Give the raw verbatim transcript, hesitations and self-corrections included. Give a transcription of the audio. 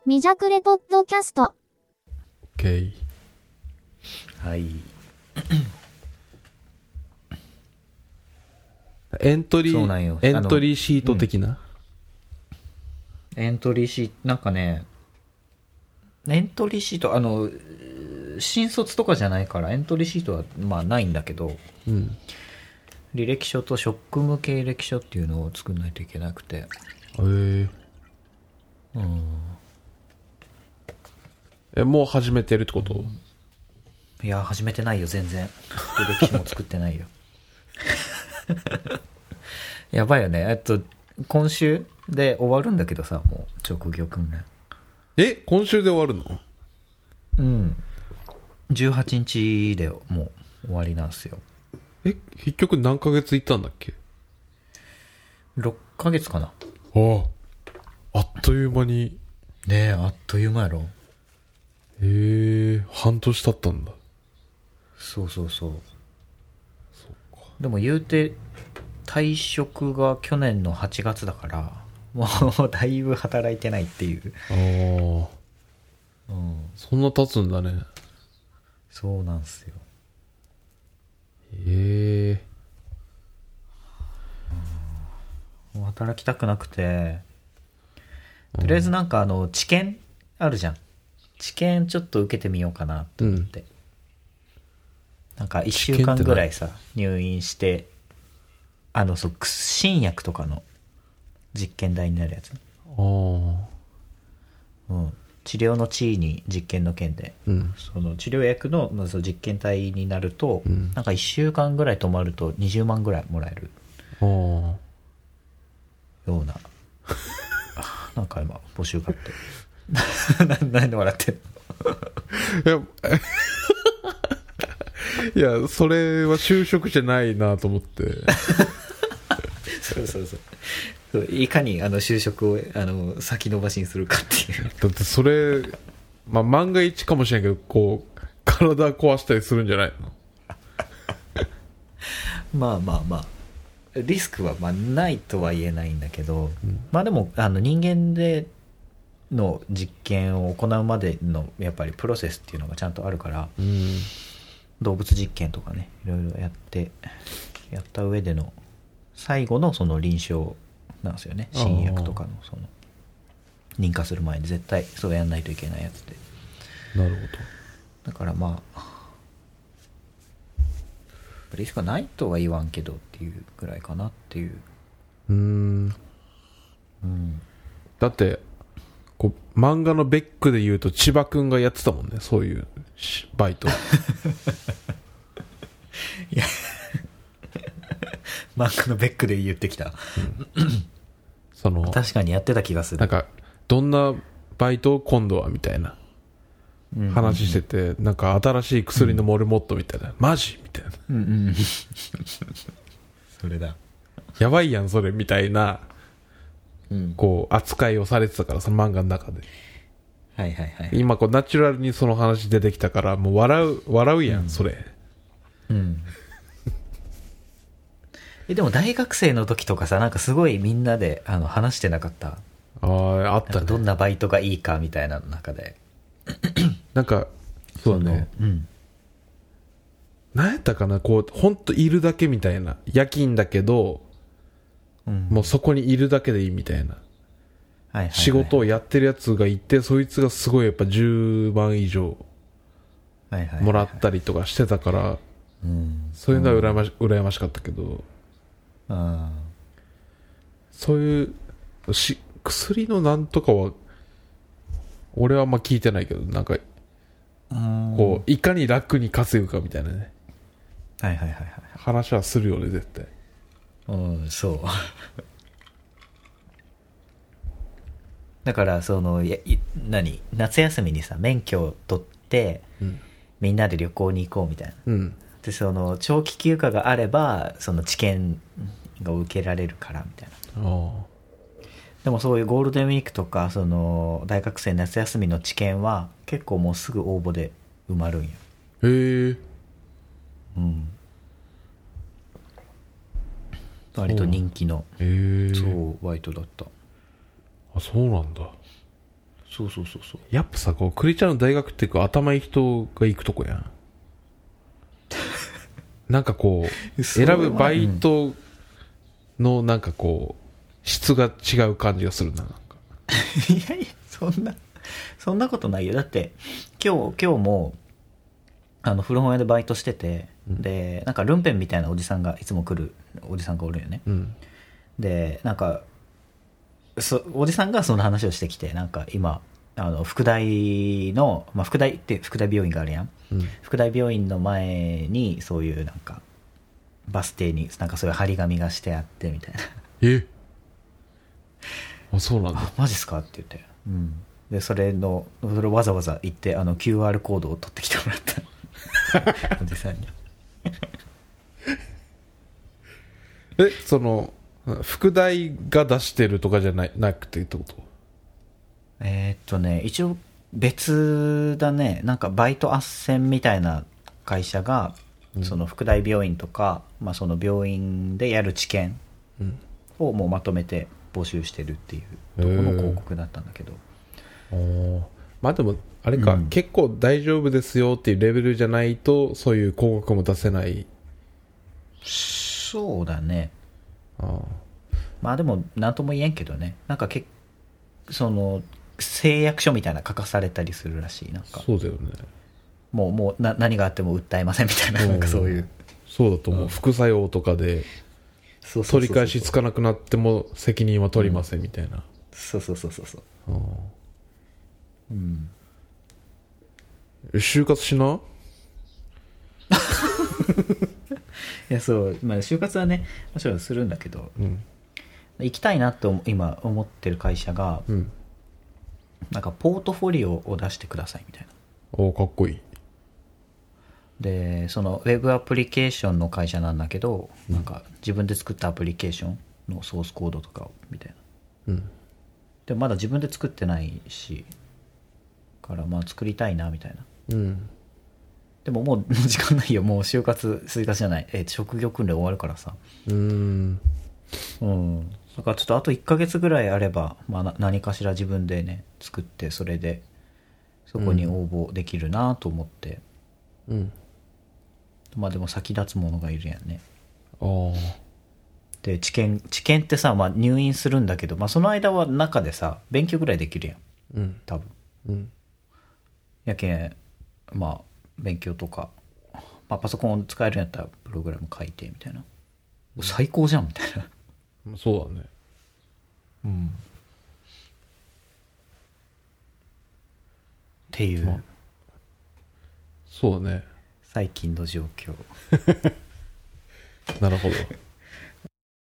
未弱レポッドキャスト。 OK。 はいエントリそうなんよーエントリーシート的な、 エントリーシートなんかねエントリーシートあの新卒とかじゃないからエントリーシートはまあないんだけど、 うん、 履歴書と職務経歴書っていうのを作んないといけなくて、 へえうんえもう始めてるってこと？ いや始めてないよ全然。履歴書も作ってないよやばいよね。えっと今週で終わるんだけどさ、もう職業訓練。 え今週で終わるの？ うんじゅうはちにちでもう終わりなんですよ。 え結局何ヶ月行ったんだっけ？ ろっかげつかな。 あああっという間に。 ねえあっという間やろ。 へえ半年経ったんだ。 そうそうそう。でも言うて退職が去年のはちがつだからもうだいぶ働いてないっていう。 ああ、 うん、 そんな経つんだね。 そうなんすよ。 へえ、 もう働きたくなくて、とりあえずなんかあの治験あるじゃん。治験ちょっと受けてみようかなと思って、うん、なんかいっしゅうかんぐらいさ入院して、あのそう新薬とかの実験台になるやつ。ああ、うん、治療の治に実験の験で、うん、その治療薬の、まあ、その実験体になると、うん、なんかいっしゅうかんぐらい泊まるとにじゅうまんぐらいもらえるようななんか今募集があって何で笑ってんの？いやいやそれは就職じゃないなと思ってそうそうそう、いかにあの就職をあの先延ばしにするかっていう。 だってそれ、まあ、万が一かもしれんけどこう体壊したりするんじゃないの？ まあまあまあリスクはまあないとは言えないんだけど、うん、まあでもあの人間での実験を行うまでのやっぱりプロセスっていうのがちゃんとあるから、うん、動物実験とかねいろいろやってやった上での最後のその臨床なんですよね。新薬とかのその認可する前に絶対そうやんないといけないやつで。 なるほど。だからまあリスクはないとは言わんけどっていうぐらいかなっていう。 うーん、うん、だってこう漫画のベックで言うと千葉くんがやってたもんね、そういうバイト。いや漫画のベックで言ってきた、うん、その確かにやってた気がする。 なんかどんなバイト今度はみたいな話してて、うんうんうん、なんか新しい薬のモルモットみたいな、うん、マジみたいな、うんうん、 それだやばいやんそれみたいな、うん、こう扱いをされてたから、その漫画の中で。 はいはいはい。 今こうナチュラルにその話出てきたからもう笑う笑うやん、うん、それ。うんえでも大学生の時とかさ、なんかすごいみんなであの話してなかった？ ああ、あったね。 どんなバイトがいいかみたいな中でなんかそうね、うん、何やったかな、こうほんといるだけみたいな、夜勤だけど、うん、もうそこにいるだけでいいみたいな、はいはいはい、仕事をやってるやつがいて、そいつがすごいやっぱじゅうまん以上もらったりとかしてたから、はいはいはいはい、うん、そういうのは羨まし、うん、羨ましかったけど、あ、そういうし薬のなんとかは俺はあんま聞いてないけど、なんかこういかに楽に稼ぐかみたいなね、 はいはいはいはい、 話はするよね絶対。 うんそうだからそのや何夏休みにさ免許を取って、うん、みんなで旅行に行こうみたいな、うん、でその長期休暇があればその治験が受けられるからみたいな。あ、でもそういうゴールデンウィークとかその大学生夏休みの治験は結構もうすぐ応募で埋まるんや。へえ。うん。割と人気のそうバイトだった。 あ、そうなんだ。 そうそうそうそう。 やっぱさ、こうクリちゃんの大学ってこう頭いい人が行くとこやん。なんかこう選ぶバイトのなんかこう質が違う感じがするな。なんかいやいや、そんなそんなことないよ。だって今日今日もあの古本屋でバイトしてて、うん、でなんかルンペンみたいなおじさんがいつも来るおじさんがおるよね、うん、でなんかそおじさんがその話をしてきて、なんか今あの福大の、まあ、福大って福大病院があるやん、うん、福大病院の前にそういうなんかバス停になんかそういう張り紙がしてあってみたいな。 えあ、そうなんだ。 あ、マジっすかって言って、うん、でそれのそれわざわざ行ってあの キューアール コードを取ってきてもらったおじさんにえ、その福大が出してるとかじゃないなくてってこと？ えー、っとね一応別だね。なんかバイト斡旋みたいな会社が、うん、その福大病院とか、まあ、その病院でやる治験をもうまとめて募集してるっていうところの広告だったんだけど、 えー、まあでもあれか、うん、結構大丈夫ですよっていうレベルじゃないとそういう広告も出せない。 そうだね。あ、まあでも何とも言えんけどね。なんかけその誓約書みたいな書かされたりするらしい。なんかそうだよね。 もうもうな何があっても訴えませんみたいな、なんかそういう。 そうだと思う、うん、副作用とかで取り返しつかなくなっても責任は取りませんみたいな、うん、 そうそうそうそうそう。 うん。就活しな。 いやそう、まあ、就活はねもちろんするんだけど、うん、行きたいなと今思ってる会社が、うん、なんかポートフォリオを出してくださいみたいな。 お、かっこいい。 でそのウェブアプリケーションの会社なんだけど、うん、なんか自分で作ったアプリケーションのソースコードとかをみたいな、うん、でもまだ自分で作ってないしからまあ作りたいなみたいな、うん、でももう時間ないよ。もう就活就活じゃない、え職業訓練終わるからさ。うーん、うん、だからちょっとあといっかげつぐらいあれば、まあ、何かしら自分でね作ってそれでそこに応募できるなと思って、うん、まあでも先立つものがいるやんね。あで治験治験ってさ、まあ、入院するんだけど、まあ、その間は中でさ勉強ぐらいできるやん、うん、多分、うん、やけんまあ勉強とか、まあ、パソコン使えるんやったらプログラム書いてみたいな、うん、最高じゃんみたいな。 そうだね。うん。 っていう、まあ、 そうだね。 最近の状況。 なるほど。